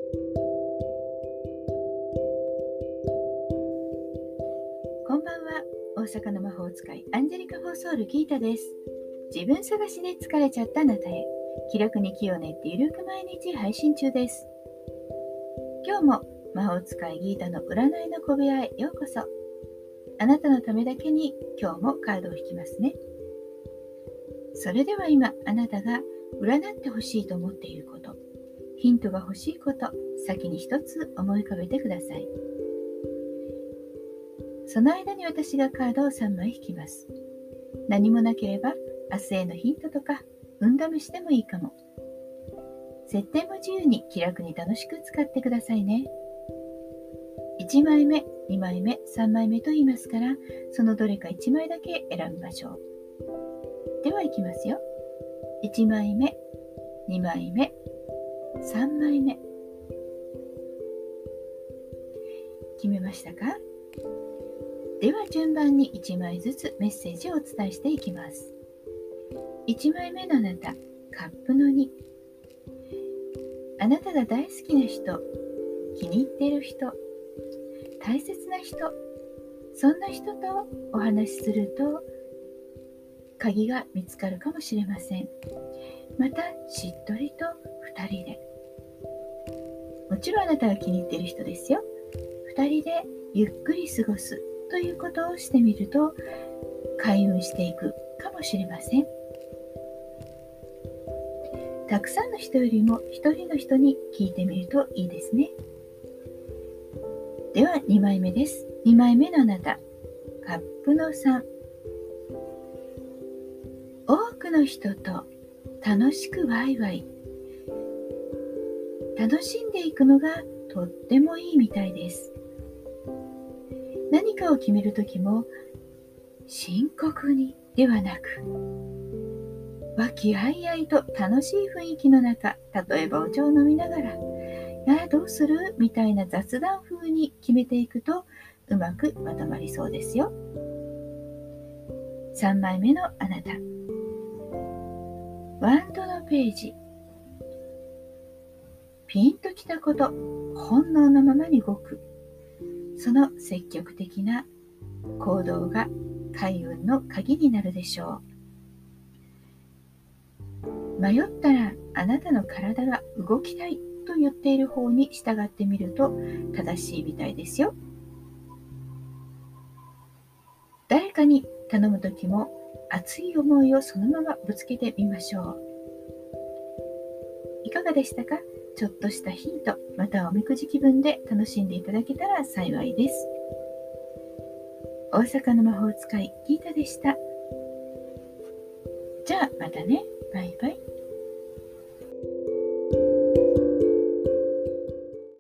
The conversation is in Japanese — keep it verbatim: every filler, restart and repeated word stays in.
こんばんは。大阪の魔法使いアンジェリカ・フォーソールギータです。自分探しで疲れちゃったあなたへ、気楽に気を練ってゆるく毎日配信中です。今日も魔法使いギータの占いの小部屋へようこそ。あなたのためだけに今日もカードを引きますね。それでは今あなたが占ってほしいと思っていること、ヒントが欲しいこと、先に一つ思い浮かべてください。その間に私がカードをさんまい引きます。何もなければ明日へのヒントとか運試しでもいいかも。設定も自由に気楽に楽しく使ってくださいね。いちまいめ、にまいめ、さんまいめと言いますから、そのどれかいちまいだけ選びましょう。ではいきますよ。いちまいめ、にまいめ、さんまいめ。決めましたか？では順番にいちまいずつメッセージをお伝えしていきます。いちまいめのあなた、カップのに。あなたが大好きな人、気に入っている人、大切な人、そんな人とお話しすると鍵が見つかるかもしれません。またしっとりとふたりで、もちろんあなたが気に入っている人ですよ。ふたりでゆっくり過ごすということをしてみると開運していくかもしれません。たくさんの人よりも一人の人に聞いてみるといいですね。ではにまいめです。にまいめのあなた、カップのさん。多くの人と楽しくワイワイ楽しんでいくのがとってもいいみたいです。何かを決めるときも深刻にではなく、和気あいあいと楽しい雰囲気の中、例えばお茶を飲みながら、あどうするみたいな雑談風に決めていくとうまくまとまりそうですよ。さんまいめのあなた、ワンドのページ。ピンときたこと、本能のままに動く。その積極的な行動が開運の鍵になるでしょう。迷ったらあなたの体が動きたいと言っている方に従ってみると正しいみたいですよ。誰かに頼むときも熱い思いをそのままぶつけてみましょう。いかがでしたか？ちょっとしたヒント、またはおみくじ気分で楽しんでいただけたら幸いです。大阪の魔法使いギータでした。じゃあまたね。バイバイ。